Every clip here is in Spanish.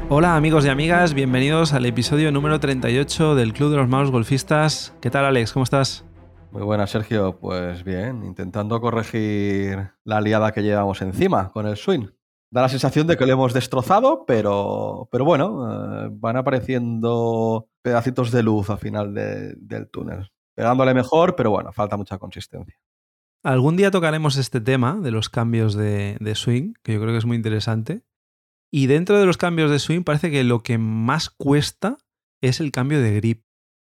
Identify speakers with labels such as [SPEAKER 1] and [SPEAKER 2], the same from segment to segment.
[SPEAKER 1] Hola amigos y amigas, bienvenidos al episodio número 38 del Club de los Malos Golfistas. ¿Qué tal, Alex? ¿Cómo estás?
[SPEAKER 2] Muy buenas, Sergio. Pues bien, intentando corregir la liada que llevamos encima con el swing. Da la sensación de que lo hemos destrozado, pero bueno, van apareciendo pedacitos de luz al final del túnel. Pegándole mejor, pero bueno, falta mucha consistencia.
[SPEAKER 1] Algún día tocaremos este tema de los cambios de swing, que yo creo que es muy interesante. Y dentro de los cambios de swing parece que lo que más cuesta es el cambio de grip.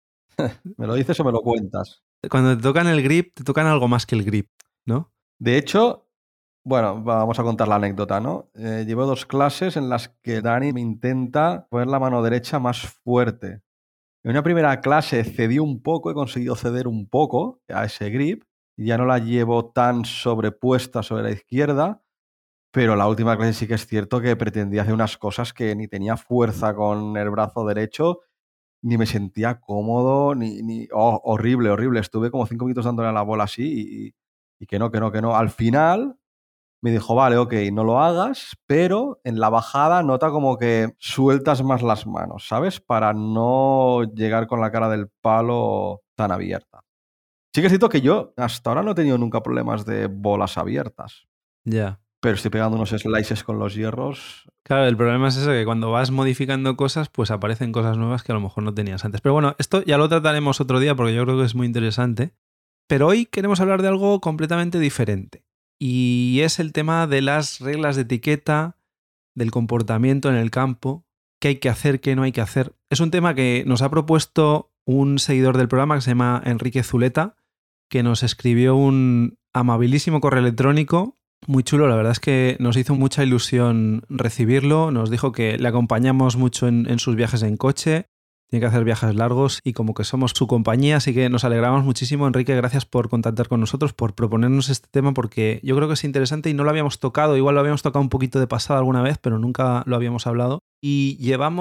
[SPEAKER 2] ¿Me lo dices o me lo cuentas?
[SPEAKER 1] Cuando te tocan el grip, te tocan algo más que el grip, ¿no?
[SPEAKER 2] De hecho, bueno, vamos a contar la anécdota, ¿no? Llevo 2 clases en las que Dani me intenta poner la mano derecha más fuerte. En una primera clase cedí un poco, he conseguido ceder un poco a ese grip, y ya no la llevo tan sobrepuesta sobre la izquierda, pero la última clase sí que es cierto que pretendía hacer unas cosas que ni tenía fuerza con el brazo derecho, ni me sentía cómodo, horrible, horrible. Estuve como 5 minutos dándole a la bola así y que no. Al final me dijo, vale, ok, no lo hagas, pero en la bajada nota como que sueltas más las manos, ¿sabes? Para no llegar con la cara del palo tan abierta. Sí que es cierto que yo hasta ahora no he tenido nunca problemas de bolas abiertas,
[SPEAKER 1] Ya.
[SPEAKER 2] pero estoy pegando unos slices con los hierros.
[SPEAKER 1] Claro, el problema es eso, que cuando vas modificando cosas, pues aparecen cosas nuevas que a lo mejor no tenías antes. Pero bueno, esto ya lo trataremos otro día porque yo creo que es muy interesante. Pero hoy queremos hablar de algo completamente diferente. Y es el tema de las reglas de etiqueta, del comportamiento en el campo, qué hay que hacer, qué no hay que hacer. Es un tema que nos ha propuesto un seguidor del programa que se llama Enrique Zuleta, que nos escribió un amabilísimo correo electrónico muy chulo. La verdad es que nos hizo mucha ilusión recibirlo. Nos dijo que le acompañamos mucho en sus viajes en coche. Tiene que hacer viajes largos y como que somos su compañía, así que nos alegramos muchísimo. Enrique, gracias por contactar con nosotros, por proponernos este tema, porque yo creo que es interesante y no lo habíamos tocado. Igual lo habíamos tocado un poquito de pasada alguna vez, pero nunca lo habíamos hablado. Y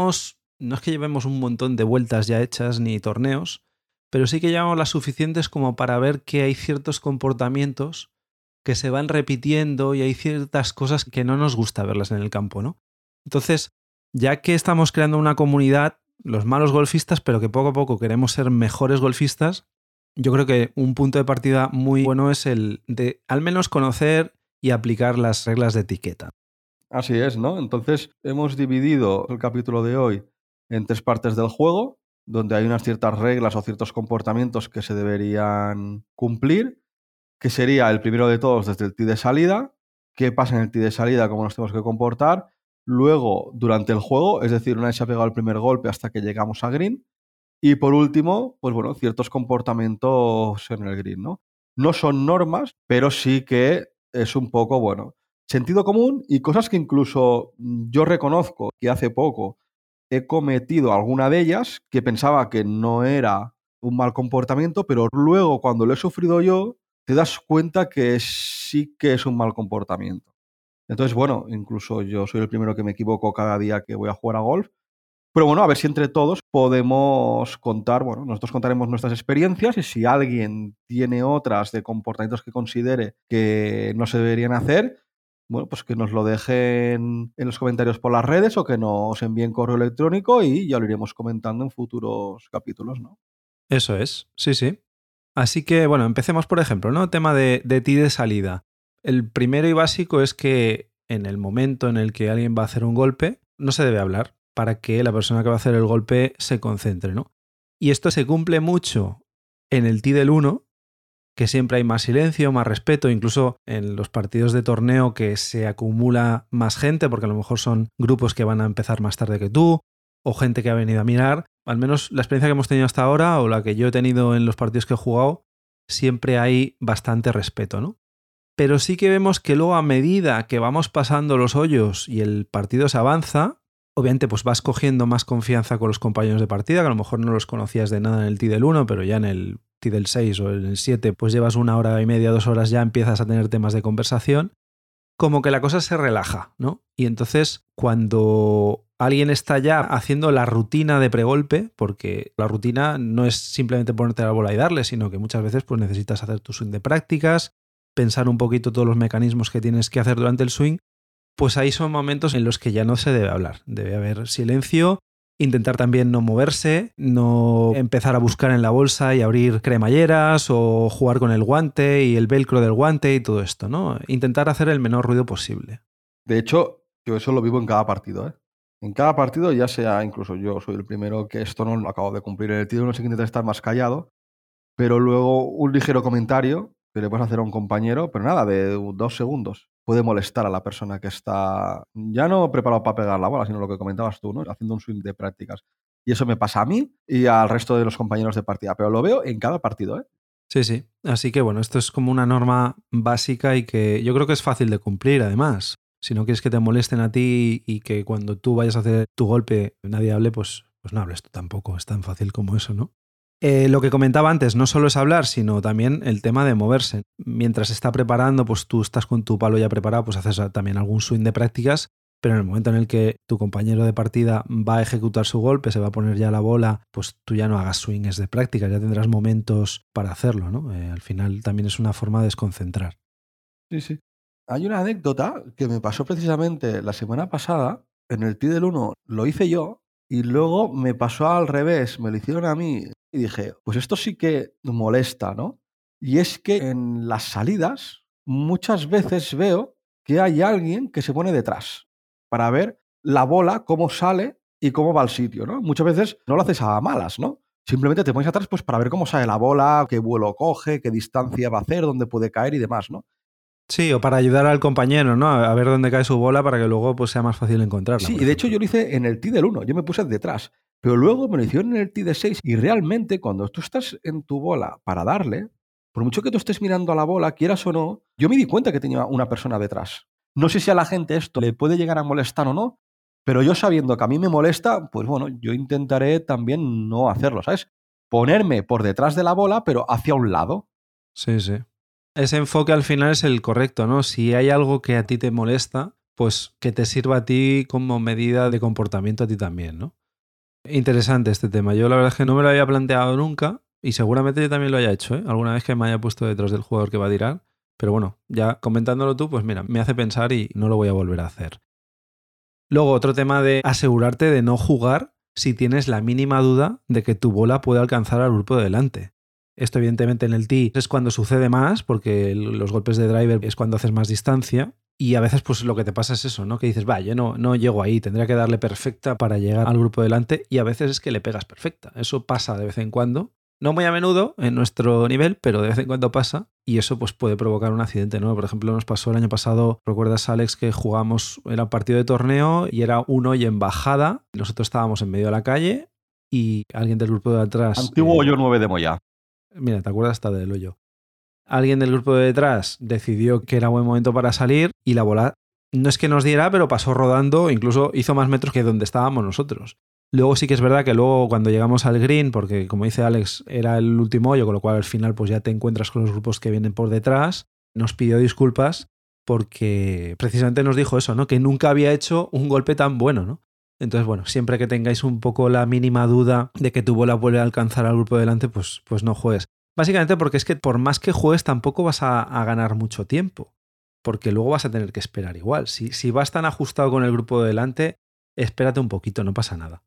[SPEAKER 1] no es que llevemos un montón de vueltas ya hechas ni torneos, pero sí que llevamos las suficientes como para ver que hay ciertos comportamientos que se van repitiendo y hay ciertas cosas que no nos gusta verlas en el campo, ¿no? Entonces, ya que estamos creando una comunidad, los malos golfistas, pero que poco a poco queremos ser mejores golfistas, yo creo que un punto de partida muy bueno es el de al menos conocer y aplicar las reglas de etiqueta.
[SPEAKER 2] Así es, ¿no? Entonces hemos dividido el capítulo de hoy en 3 partes del juego, donde hay unas ciertas reglas o ciertos comportamientos que se deberían cumplir, que sería el primero de todos desde el tee de salida, qué pasa en el tee de salida, cómo nos tenemos que comportar, luego durante el juego, es decir, una vez se ha pegado el primer golpe hasta que llegamos a green, y por último, pues bueno, ciertos comportamientos en el green, ¿no? No son normas, pero sí que es un poco, bueno, sentido común y cosas que incluso yo reconozco que hace poco he cometido alguna de ellas que pensaba que no era un mal comportamiento, pero luego cuando lo he sufrido yo, te das cuenta que sí que es un mal comportamiento. Entonces, bueno, incluso yo soy el primero que me equivoco cada día que voy a jugar a golf, pero bueno, a ver si entre todos podemos contar, bueno, nosotros contaremos nuestras experiencias y si alguien tiene otras de comportamientos que considere que no se deberían hacer, bueno, pues que nos lo dejen en los comentarios por las redes o que nos envíen correo electrónico y ya lo iremos comentando en futuros capítulos, ¿no?
[SPEAKER 1] Eso es, sí, sí. Así que, bueno, empecemos por ejemplo, ¿no? Tema de tee de salida. El primero y básico es que en el momento en el que alguien va a hacer un golpe, no se debe hablar para que la persona que va a hacer el golpe se concentre, ¿no? Y esto se cumple mucho en el tee del 1, que siempre hay más silencio, más respeto, incluso en los partidos de torneo que se acumula más gente, porque a lo mejor son grupos que van a empezar más tarde que tú, o gente que ha venido a mirar. Al menos la experiencia que hemos tenido hasta ahora, o la que yo he tenido en los partidos que he jugado, siempre hay bastante respeto, ¿no? Pero sí que vemos que luego a medida que vamos pasando los hoyos y el partido se avanza, obviamente pues vas cogiendo más confianza con los compañeros de partida, que a lo mejor no los conocías de nada en el tee del 1, pero ya en el tee del 6 o en el 7 pues llevas 1 hora y media, 2 horas, ya empiezas a tener temas de conversación, como que la cosa se relaja, ¿no? Y entonces cuando alguien está ya haciendo la rutina de pregolpe, porque la rutina no es simplemente ponerte la bola y darle, sino que muchas veces pues necesitas hacer tu swing de prácticas, pensar un poquito todos los mecanismos que tienes que hacer durante el swing, pues ahí son momentos en los que ya no se debe hablar. Debe haber silencio, intentar también no moverse, no empezar a buscar en la bolsa y abrir cremalleras o jugar con el guante y el velcro del guante y todo esto, ¿no? Intentar hacer el menor ruido posible.
[SPEAKER 2] De hecho, yo eso lo vivo en cada partido, ¿eh? En cada partido, ya sea, incluso yo soy el primero que esto no lo acabo de cumplir en el título, no sé que intentar estar más callado, pero luego un ligero comentario que le puedes hacer a un compañero, pero nada, de 2 segundos, puede molestar a la persona que está ya no preparado para pegar la bola, sino lo que comentabas tú, ¿no? Haciendo un swing de prácticas. Y eso me pasa a mí y al resto de los compañeros de partida, pero lo veo en cada partido, ¿eh?
[SPEAKER 1] Sí, sí. Así que bueno, esto es como una norma básica y que yo creo que es fácil de cumplir, además. Si no quieres que te molesten a ti y que cuando tú vayas a hacer tu golpe nadie hable, pues no hables tú tampoco. Es tan fácil como eso, ¿no? Lo que comentaba antes, no solo es hablar, sino también el tema de moverse. Mientras se está preparando, pues tú estás con tu palo ya preparado, pues haces también algún swing de prácticas, pero en el momento en el que tu compañero de partida va a ejecutar su golpe, se va a poner ya la bola, pues tú ya no hagas swings de prácticas, ya tendrás momentos para hacerlo, ¿no? Al final también es una forma de desconcentrar.
[SPEAKER 2] Sí, sí. Hay una anécdota que me pasó precisamente la semana pasada. En el Tee del 1 lo hice yo y luego me pasó al revés, me lo hicieron a mí y dije, pues esto sí que molesta, ¿no? Y es que en las salidas muchas veces veo que hay alguien que se pone detrás para ver la bola, cómo sale y cómo va al sitio, ¿no? Muchas veces no lo haces a malas, ¿no? Simplemente te pones atrás pues para ver cómo sale la bola, qué vuelo coge, qué distancia va a hacer, dónde puede caer y demás, ¿no?
[SPEAKER 1] Sí, o para ayudar al compañero, ¿no? A ver dónde cae su bola para que luego pues, sea más fácil encontrarla.
[SPEAKER 2] Sí, y de hecho yo lo hice en el Tee del 1, yo me puse detrás, pero luego me lo hicieron en el Tee de 6 y realmente cuando tú estás en tu bola para darle, por mucho que tú estés mirando a la bola, quieras o no, yo me di cuenta que tenía una persona detrás. No sé si a la gente esto le puede llegar a molestar o no, pero yo sabiendo que a mí me molesta, pues bueno, yo intentaré también no hacerlo, ¿sabes? Ponerme por detrás de la bola, pero hacia un lado.
[SPEAKER 1] Sí, sí. Ese enfoque al final es el correcto, ¿no? Si hay algo que a ti te molesta, pues que te sirva a ti como medida de comportamiento a ti también, ¿no? Interesante este tema. Yo la verdad es que no me lo había planteado nunca y seguramente yo también lo haya hecho, ¿eh? Alguna vez que me haya puesto detrás del jugador que va a tirar. Pero bueno, ya comentándolo tú, pues mira, me hace pensar y no lo voy a volver a hacer. Luego, otro tema de asegurarte de no jugar si tienes la mínima duda de que tu bola puede alcanzar al grupo de delante. Esto evidentemente en el tee es cuando sucede más, porque los golpes de driver es cuando haces más distancia y a veces pues lo que te pasa es eso, ¿no? Que dices, va, yo no llego ahí, tendría que darle perfecta para llegar al grupo de delante y a veces es que le pegas perfecta. Eso pasa de vez en cuando. No muy a menudo en nuestro nivel, pero de vez en cuando pasa y eso pues puede provocar un accidente, ¿no? Por ejemplo, nos pasó el año pasado, ¿recuerdas, Alex, que jugamos, era un partido de torneo y era un hoy en bajada? Nosotros estábamos en medio de la calle y alguien del grupo de atrás...
[SPEAKER 2] Antiguo hoyo 9 de Moya.
[SPEAKER 1] Mira, te acuerdas hasta del hoyo. Alguien del grupo de detrás decidió que era buen momento para salir y la bola no es que nos diera, pero pasó rodando, incluso hizo más metros que donde estábamos nosotros. Luego sí que es verdad que luego cuando llegamos al green, porque como dice Alex, era el último hoyo, con lo cual al final pues ya te encuentras con los grupos que vienen por detrás, nos pidió disculpas porque precisamente nos dijo eso, ¿no? Que nunca había hecho un golpe tan bueno, ¿no? Entonces, bueno, siempre que tengáis un poco la mínima duda de que tu bola vuelve a alcanzar al grupo de delante, pues no juegues. Básicamente porque es que por más que juegues tampoco vas a ganar mucho tiempo, porque luego vas a tener que esperar igual. Si vas tan ajustado con el grupo de delante, espérate un poquito, no pasa nada.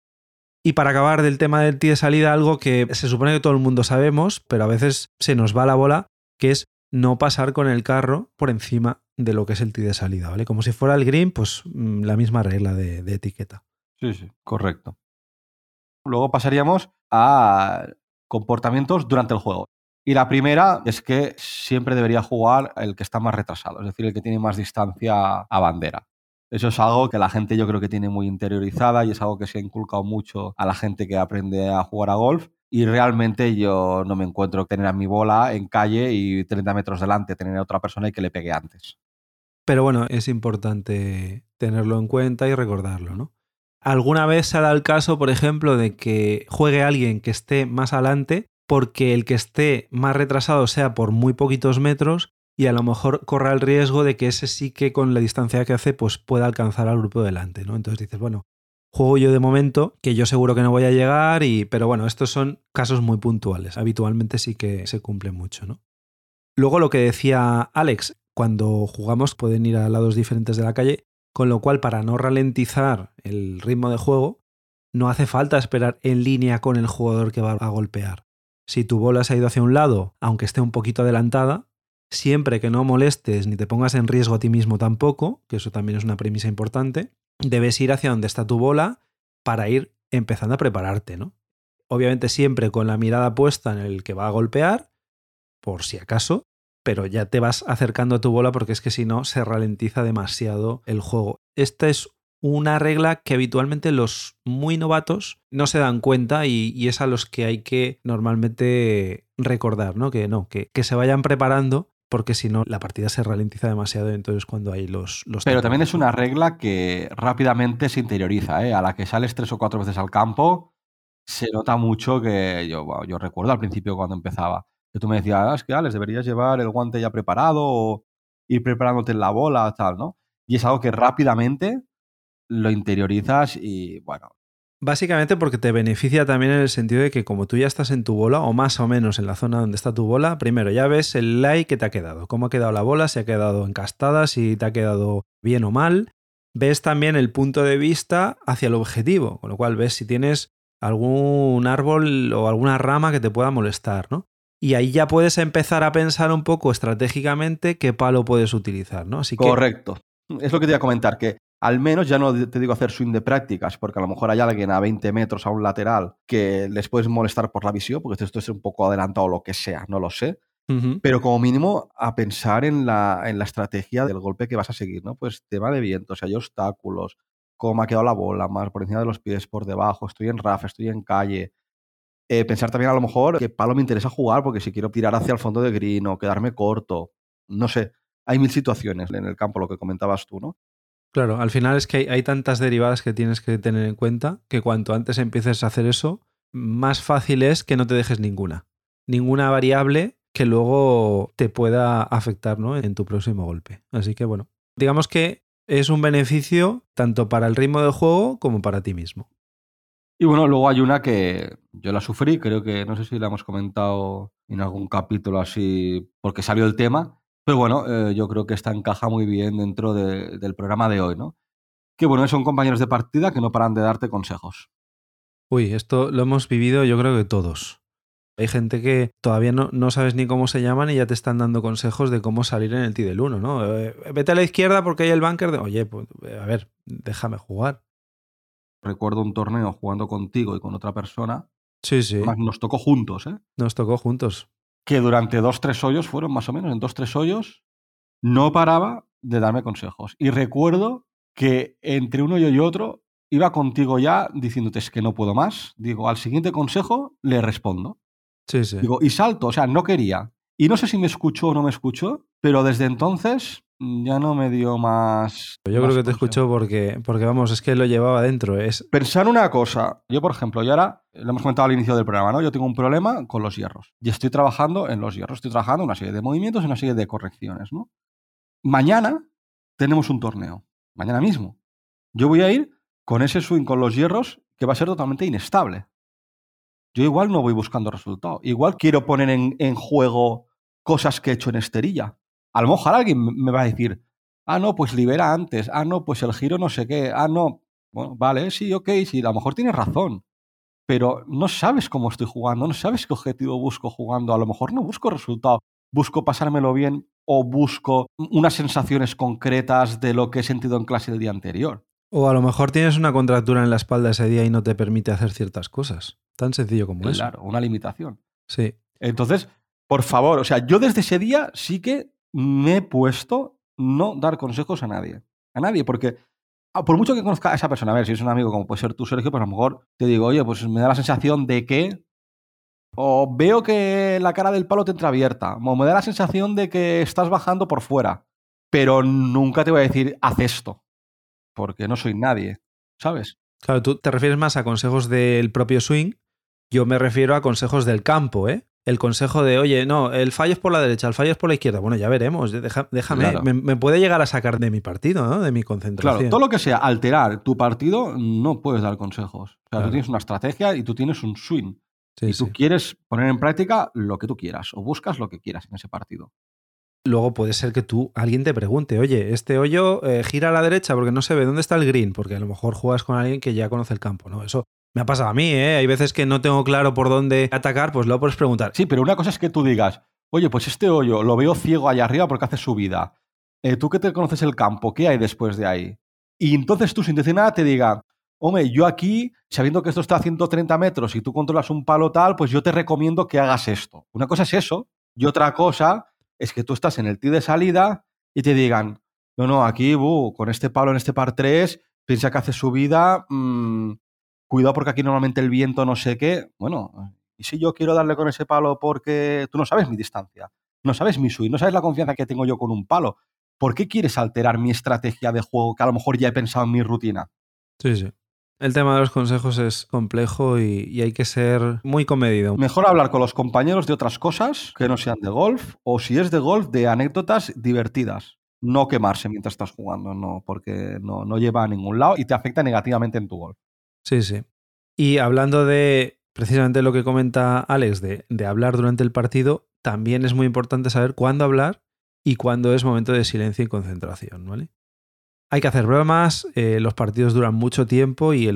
[SPEAKER 1] Y para acabar del tema del tee de salida, algo que se supone que todo el mundo sabemos, pero a veces se nos va la bola, que es no pasar con el carro por encima de lo que es el tee de salida, ¿vale? Como si fuera el green, pues la misma regla de etiqueta.
[SPEAKER 2] Sí, sí, correcto. Luego pasaríamos a comportamientos durante el juego. Y la primera es que siempre debería jugar el que está más retrasado, es decir, el que tiene más distancia a bandera. Eso es algo que la gente yo creo que tiene muy interiorizada y es algo que se ha inculcado mucho a la gente que aprende a jugar a golf. Y realmente yo no me encuentro tener a mi bola en calle y 30 metros delante, tener a otra persona y que le pegue antes.
[SPEAKER 1] Pero bueno, es importante tenerlo en cuenta y recordarlo, ¿no? ¿Alguna vez se ha dado el caso, por ejemplo, de que juegue alguien que esté más adelante porque el que esté más retrasado sea por muy poquitos metros y a lo mejor corra el riesgo de que ese sí que con la distancia que hace pues pueda alcanzar al grupo delante, ¿no? Entonces dices, bueno, juego yo de momento, que yo seguro que no voy a llegar, pero bueno, estos son casos muy puntuales. Habitualmente sí que se cumple mucho, ¿no? Luego lo que decía Alex, cuando jugamos pueden ir a lados diferentes de la calle, con lo cual para no ralentizar el ritmo de juego, no hace falta esperar en línea con el jugador que va a golpear. Si tu bola se ha ido hacia un lado, aunque esté un poquito adelantada, siempre que no molestes ni te pongas en riesgo a ti mismo tampoco, que eso también es una premisa importante, debes ir hacia donde está tu bola para ir empezando a prepararte, ¿no? Obviamente siempre con la mirada puesta en el que va a golpear, por si acaso, pero ya te vas acercando a tu bola porque es que si no se ralentiza demasiado el juego. Esta es una regla que habitualmente los muy novatos no se dan cuenta y es a los que hay que normalmente recordar, ¿no? Que se vayan preparando porque si no la partida se ralentiza demasiado y entonces cuando hay los
[SPEAKER 2] Pero también
[SPEAKER 1] tapones,
[SPEAKER 2] es
[SPEAKER 1] ¿no?
[SPEAKER 2] una regla que rápidamente se interioriza, ¿eh? A la que sales 3 o 4 veces al campo, se nota mucho que yo recuerdo al principio cuando empezaba, que tú me decías, es que Alex, deberías llevar el guante ya preparado o ir preparándote en la bola, tal, ¿no? Y es algo que rápidamente lo interiorizas y, bueno.
[SPEAKER 1] Básicamente porque te beneficia también en el sentido de que como tú ya estás en tu bola o más o menos en la zona donde está tu bola, primero ya ves el lay que te ha quedado, cómo ha quedado la bola, si ha quedado encastada, si te ha quedado bien o mal. Ves también el punto de vista hacia el objetivo, con lo cual ves si tienes algún árbol o alguna rama que te pueda molestar, ¿no? Y ahí ya puedes empezar a pensar un poco estratégicamente qué palo puedes utilizar, ¿no? Así que
[SPEAKER 2] Correcto. Es lo que te iba a comentar, que al menos ya no te digo hacer swing de prácticas, porque a lo mejor hay alguien a 20 metros a un lateral que les puedes molestar por la visión, porque esto es un poco adelantado o lo que sea, no lo sé.
[SPEAKER 1] ujú.
[SPEAKER 2] Pero como mínimo a pensar en la estrategia del golpe que vas a seguir, ¿no? Pues tema de viento, si hay obstáculos, cómo me ha quedado la bola, más por encima de los pies, por debajo, estoy en RAF, estoy en calle. Pensar también a lo mejor qué palo me interesa jugar, porque si quiero tirar hacia el fondo de green o quedarme corto, no sé. Hay mil situaciones en el campo, lo que comentabas tú, ¿no?
[SPEAKER 1] Claro, al final es que hay tantas derivadas que tienes que tener en cuenta que cuanto antes empieces a hacer eso, más fácil es que no te dejes ninguna. Ninguna variable que luego te pueda afectar, ¿no? En tu próximo golpe. Así que bueno, digamos que es un beneficio tanto para el ritmo del juego como para ti mismo.
[SPEAKER 2] Y bueno, luego hay una que yo la sufrí, creo que no sé si la hemos comentado en algún capítulo así, porque salió el tema, pero bueno, yo creo que esta encaja muy bien dentro del programa de hoy, ¿no? Que bueno, son compañeros de partida que no paran de darte consejos.
[SPEAKER 1] Uy, esto lo hemos vivido yo creo que todos. Hay gente que todavía no sabes ni cómo se llaman y ya te están dando consejos de cómo salir en el tee del 1, ¿no? Vete a la izquierda porque hay el bunker de... Oye, pues, a ver, déjame jugar.
[SPEAKER 2] Recuerdo un torneo jugando contigo y con otra persona,
[SPEAKER 1] Sí, sí,
[SPEAKER 2] además nos tocó juntos, ¿eh?
[SPEAKER 1] nos tocó juntos.
[SPEAKER 2] Que durante 2 3 hoyos fueron más o menos, en 2 3 hoyos, no paraba de darme consejos. Y recuerdo que entre un hoyo y otro iba contigo ya diciéndote es que no puedo más. Digo, al siguiente consejo le respondo.
[SPEAKER 1] Sí, sí.
[SPEAKER 2] Digo, y salto, o sea, no quería. Y no sé si me escuchó o no me escuchó, pero desde entonces ya no me dio
[SPEAKER 1] Yo creo
[SPEAKER 2] más
[SPEAKER 1] que te escucho
[SPEAKER 2] consejos.
[SPEAKER 1] porque vamos, es que lo llevaba dentro.
[SPEAKER 2] Pensar una cosa, yo por ejemplo, y ahora lo hemos comentado al inicio del programa, ¿no? Yo tengo un problema con los hierros y estoy trabajando en los hierros, estoy trabajando una serie de movimientos y una serie de correcciones, ¿no? Mañana tenemos un torneo, mañana mismo. Yo voy a ir con ese swing con los hierros que va a ser totalmente inestable. Yo igual no voy buscando resultado. Igual quiero poner en juego cosas que he hecho en esterilla. A lo mejor alguien me va a decir, ah, no, pues libera antes, ah, no, pues el giro no sé qué, ah, no. Bueno, vale, sí, ok, sí, a lo mejor tienes razón, pero no sabes cómo estoy jugando, no sabes qué objetivo busco jugando. A lo mejor no busco resultado, busco pasármelo bien o busco unas sensaciones concretas de lo que he sentido en clase el día anterior.
[SPEAKER 1] O a lo mejor tienes una contractura en la espalda ese día y no te permite hacer ciertas cosas. Tan sencillo como eso.
[SPEAKER 2] Claro, una limitación.
[SPEAKER 1] Sí.
[SPEAKER 2] Entonces, por favor, o sea, yo desde ese día sí que me he puesto no dar consejos a nadie. A nadie, porque por mucho que conozca a esa persona, a ver, si es un amigo como puede ser tú, Sergio, pues a lo mejor te digo, oye, pues me da la sensación de que, o veo que la cara del palo te entra abierta, o me da la sensación de que estás bajando por fuera, pero nunca te voy a decir, haz esto, porque no soy nadie, ¿sabes?
[SPEAKER 1] Claro, tú te refieres más a consejos del propio swing. Yo me refiero a consejos del campo, ¿eh? El consejo de, oye, no, el fallo es por la derecha, el fallo es por la izquierda. Bueno, ya veremos, déjame.
[SPEAKER 2] Claro.
[SPEAKER 1] Me puede llegar a sacar de mi partido, ¿no? De mi
[SPEAKER 2] Claro, todo
[SPEAKER 1] concentración.
[SPEAKER 2] lo que sea alterar tu partido, no puedes dar consejos. O sea, tú
[SPEAKER 1] Claro.
[SPEAKER 2] tienes una estrategia y tú tienes un swing.
[SPEAKER 1] Sí,
[SPEAKER 2] Y tú
[SPEAKER 1] sí.
[SPEAKER 2] quieres poner en práctica lo que tú quieras o buscas lo que quieras en ese partido.
[SPEAKER 1] luego puede ser que alguien te pregunte, oye, este hoyo gira a la derecha porque no se ve dónde está el green, porque a lo mejor juegas con alguien que ya conoce el campo, ¿no? Eso me ha pasado a mí, ¿eh? Hay veces que no tengo claro por dónde atacar, pues luego puedes preguntar.
[SPEAKER 2] Sí, pero una cosa es que tú digas, oye, pues este hoyo lo veo ciego allá arriba porque hace subida. Tú que te conoces el campo, ¿qué hay después de ahí? Y entonces tú, sin decir nada, te diga, hombre, yo aquí, sabiendo que esto está a 130 metros y tú controlas un palo tal, pues yo te recomiendo que hagas esto. Una cosa es eso, y otra cosa es que tú estás en el tee de salida y te digan, no, aquí, con este palo en este par 3, piensa que hace subida, cuidado porque aquí normalmente el viento no sé qué. Bueno, y si yo quiero darle con ese palo porque tú no sabes mi distancia, no sabes mi swing, no sabes la confianza que tengo yo con un palo. ¿Por qué quieres alterar mi estrategia de juego que a lo mejor ya he pensado en mi rutina?
[SPEAKER 1] Sí, sí. El tema de los consejos es complejo y hay que ser muy comedido.
[SPEAKER 2] Mejor hablar con los compañeros de otras cosas que no sean de golf, o si es de golf, de anécdotas divertidas. No quemarse mientras estás jugando, no, porque no lleva a ningún lado y te afecta negativamente en tu golf.
[SPEAKER 1] Sí, sí. Y hablando de precisamente lo que comenta Alex, de hablar durante el partido, también es muy importante saber cuándo hablar y cuándo es momento de silencio y concentración, ¿vale? Hay que hacer bromas, los partidos duran mucho tiempo y el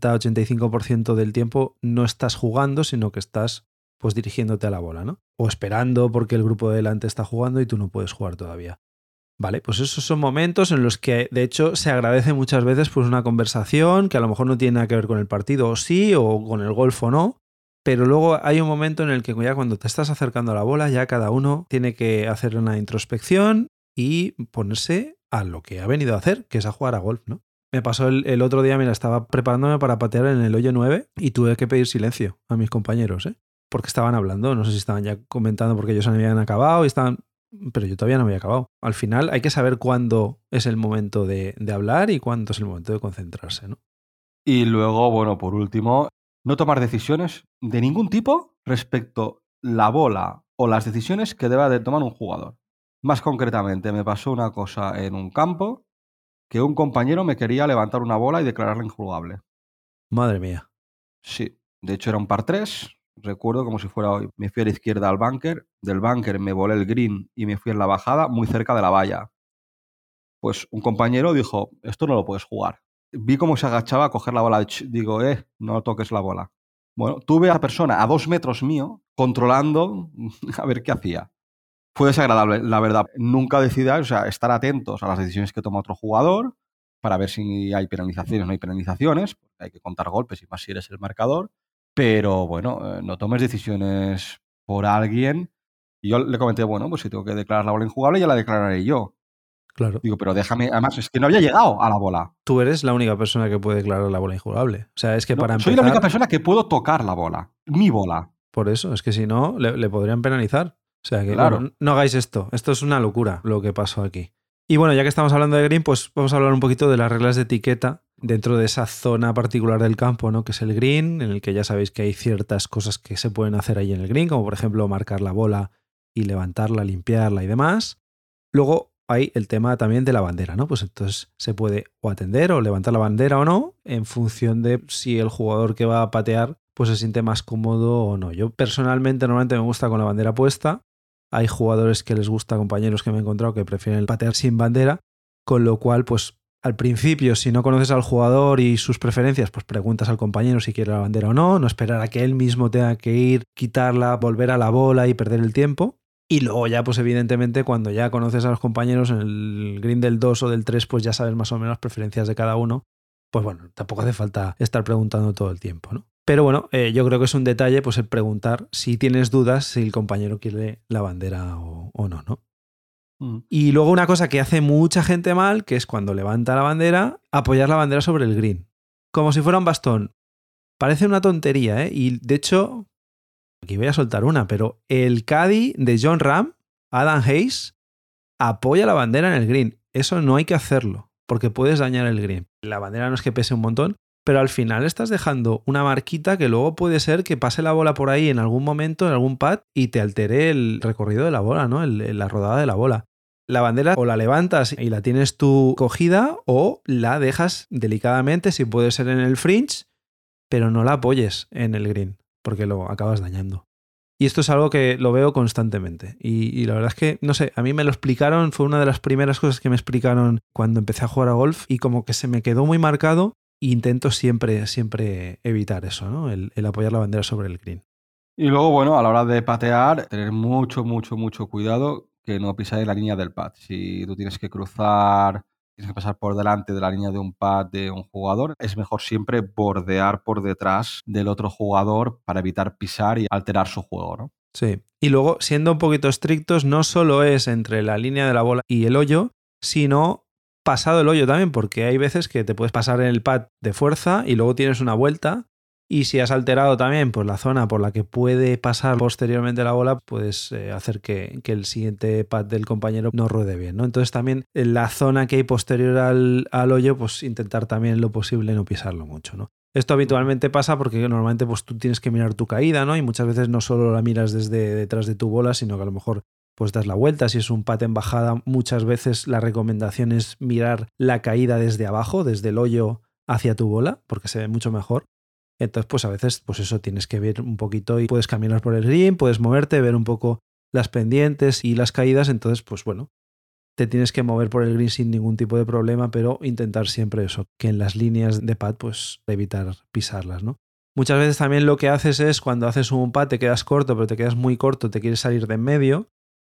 [SPEAKER 1] 80-85% del tiempo no estás jugando, sino que estás pues dirigiéndote a la bola, ¿no? O esperando porque el grupo de delante está jugando y tú no puedes jugar todavía. Vale, pues esos son momentos en los que de hecho se agradece muchas veces pues una conversación que a lo mejor no tiene nada que ver con el partido o sí, o con el golf o no, pero luego hay un momento en el que ya cuando te estás acercando a la bola ya cada uno tiene que hacer una introspección y ponerse a lo que ha venido a hacer, que es a jugar a golf, ¿no? Me pasó el otro día, mira, estaba preparándome para patear en el hoyo 9 y tuve que pedir silencio a mis compañeros, ¿eh? Porque estaban hablando, no sé si estaban ya comentando porque ellos habían acabado y estaban... Pero yo todavía no había acabado. Al final hay que saber cuándo es el momento de hablar y cuándo es el momento de concentrarse, ¿no?
[SPEAKER 2] Y luego, bueno, por último, no tomar decisiones de ningún tipo respecto a la bola o las decisiones que deba de tomar un jugador. Más concretamente, me pasó una cosa en un campo que un compañero me quería levantar una bola y declararla injugable.
[SPEAKER 1] Madre mía.
[SPEAKER 2] Sí, de hecho era un par 3. Recuerdo como si fuera hoy. Me fui a la izquierda al bunker, del bunker me volé el green y me fui en la bajada muy cerca de la valla. Pues un compañero dijo, esto no lo puedes jugar. Vi cómo se agachaba a coger la bola. Digo, no toques la bola. Bueno, tuve a la persona a 2 metros mío controlando a ver qué hacía. Fue desagradable, la verdad. Nunca decidáis, o sea, estar atentos a las decisiones que toma otro jugador para ver si hay penalizaciones o no hay penalizaciones. Hay que contar golpes y más si eres el marcador. Pero bueno, no tomes decisiones por alguien. Y yo le comenté, bueno, pues si tengo que declarar la bola injugable, ya la declararé yo.
[SPEAKER 1] Claro.
[SPEAKER 2] Digo, pero déjame, además es que no había llegado a la bola.
[SPEAKER 1] Tú eres la única persona que puede declarar la bola injugable. O sea, es que
[SPEAKER 2] No,
[SPEAKER 1] para
[SPEAKER 2] soy
[SPEAKER 1] empezar...
[SPEAKER 2] la única persona que puedo tocar la bola, mi bola.
[SPEAKER 1] Por eso, es que si no, le podrían penalizar. O sea que,
[SPEAKER 2] Claro.
[SPEAKER 1] bueno, no hagáis esto. Esto es una locura lo que pasó aquí. Y bueno, ya que estamos hablando de green, pues vamos a hablar un poquito de las reglas de etiqueta dentro de esa zona particular del campo, ¿no? Que es el green, en el que ya sabéis que hay ciertas cosas que se pueden hacer ahí en el green, como por ejemplo marcar la bola y levantarla, limpiarla y demás. Luego hay el tema también de la bandera, ¿no? Pues entonces se puede o atender o levantar la bandera o no, en función de si el jugador que va a patear pues se siente más cómodo o no. Yo personalmente normalmente me gusta con la bandera puesta. Hay jugadores que les gusta, compañeros que me he encontrado, que prefieren patear sin bandera, con lo cual, pues al principio, si no conoces al jugador y sus preferencias, pues preguntas al compañero si quiere la bandera o no, no esperar a que él mismo tenga que ir, quitarla, volver a la bola y perder el tiempo. Y luego ya, pues evidentemente, cuando ya conoces a los compañeros en el green del 2 o del 3, pues ya sabes más o menos las preferencias de cada uno. Pues bueno, tampoco hace falta estar preguntando todo el tiempo, ¿no? Pero bueno, yo creo que es un detalle pues el preguntar si tienes dudas si el compañero quiere la bandera o no, ¿no? Y luego una cosa que hace mucha gente mal, que es cuando levanta la bandera, apoyar la bandera sobre el green. Como si fuera un bastón. Parece una tontería, ¿eh? Y de hecho, aquí voy a soltar una, pero el caddy de Jon Rahm, Adam Hayes, apoya la bandera en el green. Eso no hay que hacerlo, porque puedes dañar el green. La bandera no es que pese un montón, pero al final estás dejando una marquita que luego puede ser que pase la bola por ahí en algún momento, en algún pad, y te altere el recorrido de la bola, ¿no? La rodada de la bola. La bandera o la levantas y la tienes tú cogida o la dejas delicadamente, si puede ser en el fringe, pero no la apoyes en el green, porque lo acabas dañando. Y esto es algo que lo veo constantemente. Y la verdad es que, no sé, a mí me lo explicaron, fue una de las primeras cosas que me explicaron cuando empecé a jugar a golf y como que se me quedó muy marcado e intento siempre, siempre evitar eso, ¿no? El apoyar la bandera sobre el green.
[SPEAKER 2] Y luego, bueno, a la hora de patear, tener mucho, mucho, mucho cuidado que no pisáis la línea del pad. Si tú tienes que cruzar, tienes que pasar por delante de la línea de un pad de un jugador, es mejor siempre bordear por detrás del otro jugador para evitar pisar y alterar su juego, ¿no?
[SPEAKER 1] Sí. Y luego, siendo un poquito estrictos, no solo es entre la línea de la bola y el hoyo, sino pasado el hoyo también, porque hay veces que te puedes pasar en el pad de fuerza y luego tienes una vuelta. Y si has alterado también pues, la zona por la que puede pasar posteriormente la bola, puedes hacer que el siguiente pad del compañero no ruede bien, ¿no? Entonces también en la zona que hay posterior al hoyo, pues intentar también lo posible no pisarlo mucho, ¿no? Esto habitualmente pasa porque normalmente pues, tú tienes que mirar tu caída, ¿no? Y muchas veces no solo la miras desde detrás de tu bola, sino que a lo mejor pues das la vuelta. Si es un pat en bajada, muchas veces la recomendación es mirar la caída desde abajo, desde el hoyo hacia tu bola, porque se ve mucho mejor. Entonces, pues a veces, pues eso tienes que ver un poquito y puedes caminar por el green, puedes moverte, ver un poco las pendientes y las caídas. Entonces, pues bueno, te tienes que mover por el green sin ningún tipo de problema, pero intentar siempre eso, que en las líneas de pad, pues evitar pisarlas, ¿no? Muchas veces también lo que haces es cuando haces un pad te quedas corto, pero te quedas muy corto, te quieres salir de en medio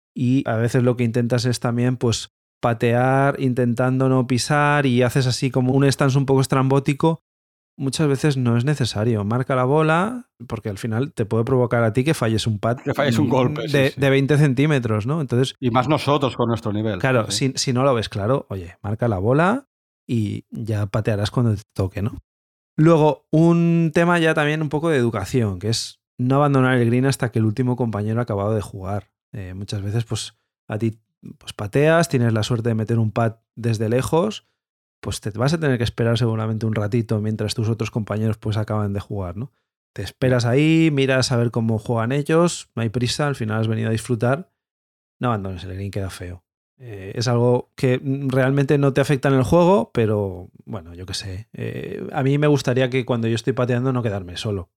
[SPEAKER 1] y a veces lo que intentas es también pues patear intentando no pisar y haces así como un stance un poco estrambótico. Muchas veces no es necesario. Marca la bola porque al final te puede provocar a ti que falles un pad
[SPEAKER 2] Que falles un golpe, sí, sí.
[SPEAKER 1] de 20 centímetros, ¿no? Entonces,
[SPEAKER 2] Y más nosotros con nuestro nivel.
[SPEAKER 1] claro,
[SPEAKER 2] Sí.
[SPEAKER 1] si no lo ves claro, oye, marca la bola y ya patearás cuando te toque, ¿no? Luego, un tema ya también un poco de educación, que es no abandonar el green hasta que el último compañero ha acabado de jugar. Muchas veces, pues, a ti pues, pateas, tienes la suerte de meter un pad desde lejos, pues te vas a tener que esperar seguramente un ratito mientras tus otros compañeros pues acaban de jugar, ¿no? Te esperas ahí, miras a ver cómo juegan ellos, no hay prisa, al final has venido a disfrutar, no abandones el green, queda feo. Es algo que realmente no te afecta en el juego, pero bueno, yo qué sé. A mí me gustaría que cuando yo estoy pateando no quedarme solo,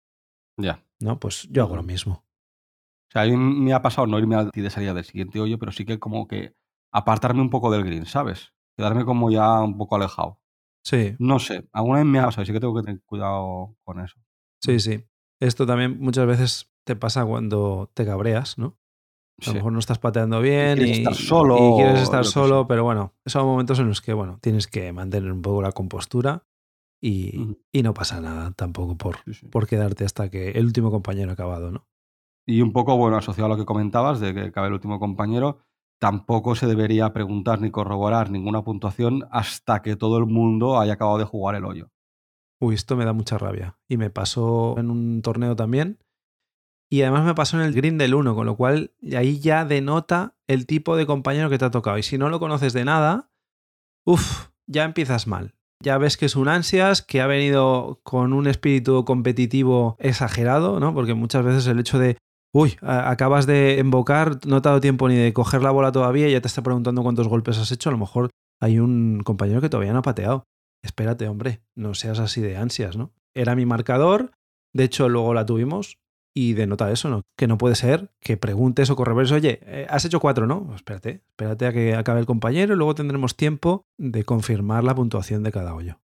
[SPEAKER 2] Ya.
[SPEAKER 1] ¿no? Pues yo hago lo mismo.
[SPEAKER 2] O sea, a mí me ha pasado no irme de salida del siguiente hoyo, pero sí que como que apartarme un poco del green, ¿sabes? Quedarme como ya un poco alejado.
[SPEAKER 1] Sí,
[SPEAKER 2] No sé, alguna vez me ha pasado y sí que tengo que tener cuidado con eso.
[SPEAKER 1] sí, sí. Esto también muchas veces te pasa cuando te cabreas, ¿no? A lo
[SPEAKER 2] Sí.
[SPEAKER 1] mejor no estás pateando
[SPEAKER 2] Y
[SPEAKER 1] bien
[SPEAKER 2] quieres estar solo
[SPEAKER 1] y quieres
[SPEAKER 2] o
[SPEAKER 1] estar
[SPEAKER 2] yo qué sé.
[SPEAKER 1] solo, pero bueno, son momentos en los que, bueno, tienes que mantener un poco la compostura
[SPEAKER 2] Ujú.
[SPEAKER 1] y no pasa nada tampoco
[SPEAKER 2] Sí, sí.
[SPEAKER 1] por quedarte hasta que el último compañero ha acabado, ¿no?
[SPEAKER 2] Y un poco, bueno, asociado a lo que comentabas de que acabe el último compañero, tampoco se debería preguntar ni corroborar ninguna puntuación hasta que todo el mundo haya acabado de jugar el hoyo.
[SPEAKER 1] Uy, esto me da mucha rabia. Y me pasó en un torneo también. Y además me pasó en el green del 1, con lo cual ahí ya denota el tipo de compañero que te ha tocado. Y si no lo conoces de nada, uff, ya empiezas mal. Ya ves que es un ansias, que ha venido con un espíritu competitivo exagerado, ¿no? Porque muchas veces el hecho de, uy, acabas de embocar, no te ha dado tiempo ni de coger la bola todavía y ya te está preguntando cuántos golpes has hecho. A lo mejor hay un compañero que todavía no ha pateado. Espérate, hombre, no seas así de ansias, ¿no? Era mi marcador, de hecho luego la tuvimos y denota eso, ¿no? Que no puede ser que preguntes o corroberes, oye, has hecho 4, ¿no? Pues espérate a que acabe el compañero y luego tendremos tiempo de confirmar la puntuación de cada hoyo.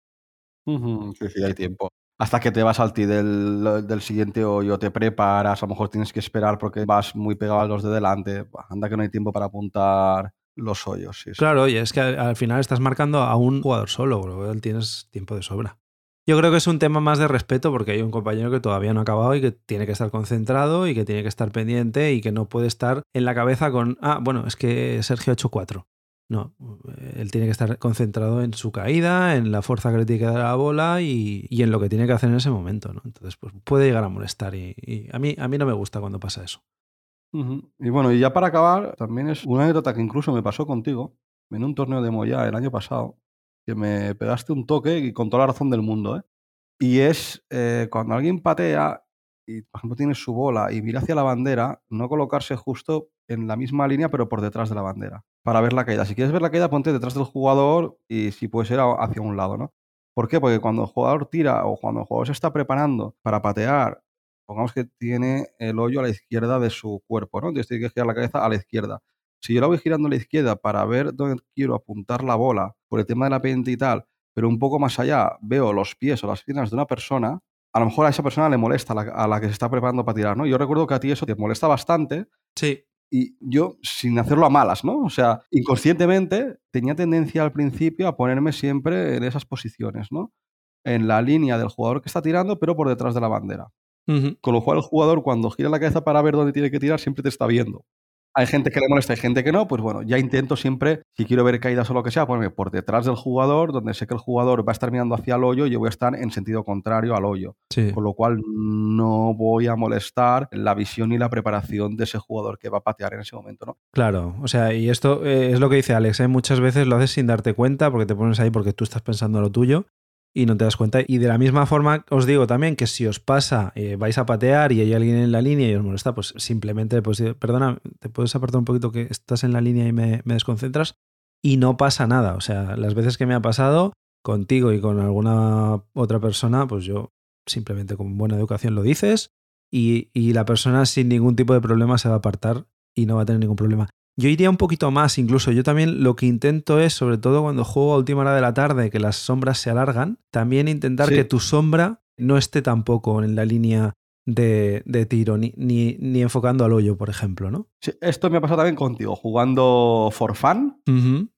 [SPEAKER 2] Ujú, sí, sí, hay tiempo. Hasta que te vas al tee del siguiente hoyo, te preparas, a lo mejor tienes que esperar porque vas muy pegado a los de delante. Buah, anda que no hay tiempo para apuntar los hoyos, sí, sí.
[SPEAKER 1] Claro, y es que al final estás marcando a un jugador solo, con lo cual tienes tiempo de sobra. Yo creo que es un tema más de respeto porque hay un compañero que todavía no ha acabado y que tiene que estar concentrado y que tiene que estar pendiente y que no puede estar en la cabeza con, bueno, es que Sergio ha hecho 4. No, él tiene que estar concentrado en su caída, en la fuerza que le tiene que dar a la bola y en lo que tiene que hacer en ese momento, ¿no? Entonces, pues puede llegar a molestar y a mí no me gusta cuando pasa eso.
[SPEAKER 2] Ujú. Y bueno, y ya para acabar, también es una anécdota que incluso me pasó contigo en un torneo de Moya el año pasado, que me pegaste un toque y con toda la razón del mundo, ¿eh? Y es cuando alguien patea y, por ejemplo, tiene su bola y mira hacia la bandera, no colocarse justo en la misma línea, pero por detrás de la bandera, para ver la caída. Si quieres ver la caída, ponte detrás del jugador y si puede ser hacia un lado, ¿no? ¿Por qué? Porque cuando el jugador tira o cuando el jugador se está preparando para patear Pongamos que tiene el hoyo a la izquierda de su cuerpo, ¿no? Entonces tiene que girar la cabeza a la izquierda. Si yo la voy girando a la izquierda para ver dónde quiero apuntar la bola por el tema de la pendiente y tal, pero un poco más allá veo los pies o las piernas de una persona, a lo mejor a esa persona le molesta a la que se está preparando para tirar, ¿no? Yo recuerdo que a ti eso te molesta bastante.
[SPEAKER 1] Sí.
[SPEAKER 2] Y yo, sin hacerlo a malas, ¿no? O sea, inconscientemente tenía tendencia al principio a ponerme siempre en esas posiciones, ¿no? En la línea del jugador que está tirando, pero por detrás de la bandera.
[SPEAKER 1] Uh-huh.
[SPEAKER 2] Con lo cual el jugador, cuando gira la cabeza para ver dónde tiene que tirar, siempre te está viendo. Hay gente que le molesta, hay gente que no, pues bueno, ya intento siempre, si quiero ver caídas o lo que sea, ponerme por detrás del jugador, donde sé que el jugador va a estar mirando hacia el hoyo y yo voy a estar en sentido contrario al hoyo.
[SPEAKER 1] Sí.
[SPEAKER 2] Con lo cual no voy a molestar la visión y la preparación de ese jugador que va a patear en ese momento, ¿no?
[SPEAKER 1] Claro, o sea, y esto es lo que dice Alex, muchas veces lo haces sin darte cuenta porque te pones ahí porque tú estás pensando lo tuyo y no te das cuenta. Y de la misma forma os digo también que si os pasa, vais a patear y hay alguien en la línea y os molesta, pues simplemente, pues perdona, te puedes apartar un poquito que estás en la línea y me desconcentras y no pasa nada. O sea, las veces que me ha pasado contigo y con alguna otra persona, pues yo simplemente con buena educación lo dices y la persona sin ningún tipo de problema se va a apartar y no va a tener ningún problema. Yo iría un poquito más, incluso yo también lo que intento es, sobre todo cuando juego a última hora de la tarde, que las sombras se alargan, también intentar que tu sombra no esté tampoco en la línea de tiro, ni enfocando al hoyo, por ejemplo, ¿no?
[SPEAKER 2] Sí, esto me ha pasado también contigo, jugando for fun.
[SPEAKER 1] Uh-huh.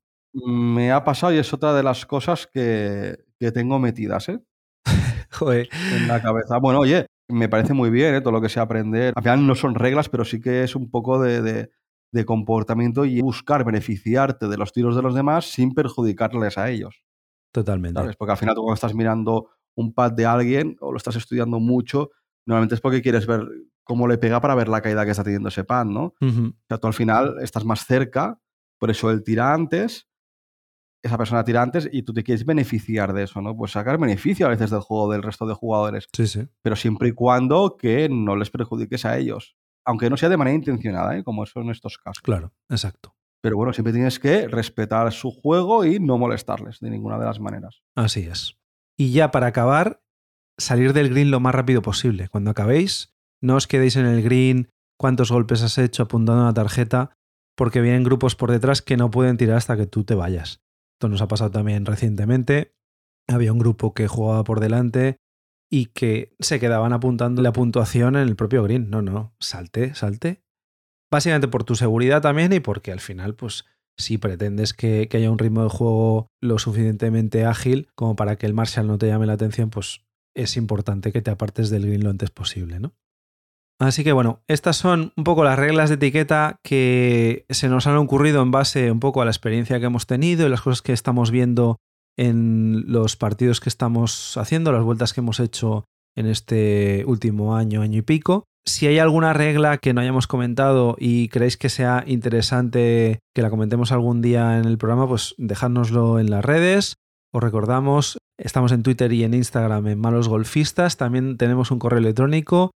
[SPEAKER 2] Me ha pasado y es otra de las cosas que tengo metidas, ¿eh?
[SPEAKER 1] Joder.
[SPEAKER 2] En la cabeza. Bueno, oye, me parece muy bien, todo lo que sea aprender. Al final no son reglas, pero sí que es un poco de comportamiento y buscar beneficiarte de los tiros de los demás sin perjudicarles a ellos.
[SPEAKER 1] Totalmente.
[SPEAKER 2] ¿Sabes? Porque al final tú cuando estás mirando un pad de alguien o lo estás estudiando mucho, normalmente es porque quieres ver cómo le pega para ver la caída que está teniendo ese pad, ¿no?
[SPEAKER 1] Uh-huh.
[SPEAKER 2] O sea, tú al final estás más cerca, por eso él tira antes, esa persona tira antes y tú te quieres beneficiar de eso, ¿no? Pues sacar beneficio a veces del juego del resto de jugadores.
[SPEAKER 1] Sí, sí.
[SPEAKER 2] Pero siempre y cuando que no les perjudiques a ellos. Aunque no sea de manera intencionada, ¿eh? Como eso en estos casos.
[SPEAKER 1] Claro, exacto.
[SPEAKER 2] Pero bueno, siempre tienes que respetar su juego y no molestarles de ninguna de las maneras.
[SPEAKER 1] Así es. Y ya para acabar, salir del green lo más rápido posible. Cuando acabéis, no os quedéis en el green, cuántos golpes has hecho apuntando a una tarjeta, porque vienen grupos por detrás que no pueden tirar hasta que tú te vayas. Esto nos ha pasado también recientemente. Había un grupo que jugaba por delante y que se quedaban apuntando la puntuación en el propio green. No, salte. Básicamente por tu seguridad también y porque al final, pues, si pretendes que haya un ritmo de juego lo suficientemente ágil como para que el Marshall no te llame la atención, pues es importante que te apartes del green lo antes posible, ¿no? Así que bueno, estas son un poco las reglas de etiqueta que se nos han ocurrido en base un poco a la experiencia que hemos tenido y las cosas que estamos viendo en los partidos que estamos haciendo, las vueltas que hemos hecho en este último año y pico. Si hay alguna regla que no hayamos comentado y creéis que sea interesante que la comentemos algún día en el programa, pues dejádnoslo en las redes. Os recordamos, estamos en Twitter y en Instagram en Malos Golfistas. También tenemos un correo electrónico,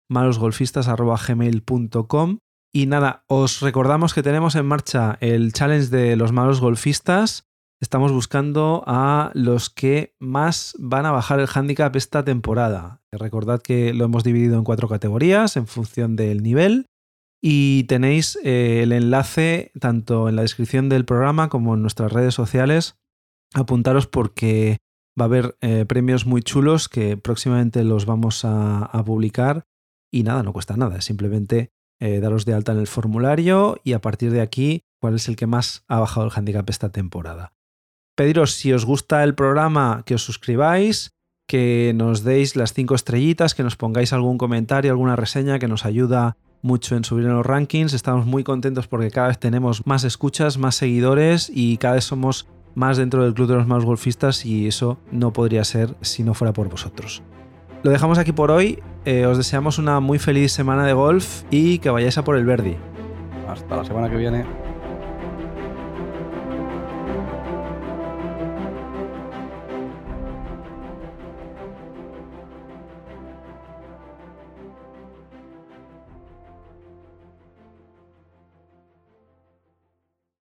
[SPEAKER 1] malosgolfistas@gmail.com. Y nada, os recordamos que tenemos en marcha el challenge de los malos golfistas. Estamos buscando a los que más van a bajar el handicap esta temporada. Recordad que lo hemos dividido en 4 categorías en función del nivel y tenéis el enlace tanto en la descripción del programa como en nuestras redes sociales. Apuntaros porque va a haber premios muy chulos que próximamente los vamos a publicar y nada, no cuesta nada, es simplemente daros de alta en el formulario y a partir de aquí cuál es el que más ha bajado el handicap esta temporada. Pediros, si os gusta el programa, que os suscribáis, que nos deis las 5 estrellitas, que nos pongáis algún comentario, alguna reseña que nos ayuda mucho en subir en los rankings. Estamos muy contentos porque cada vez tenemos más escuchas, más seguidores y cada vez somos más dentro del club de los malos golfistas y eso no podría ser si no fuera por vosotros. Lo dejamos aquí por hoy. Os deseamos una muy feliz semana de golf y que vayáis a por el birdie.
[SPEAKER 2] Hasta la semana que viene.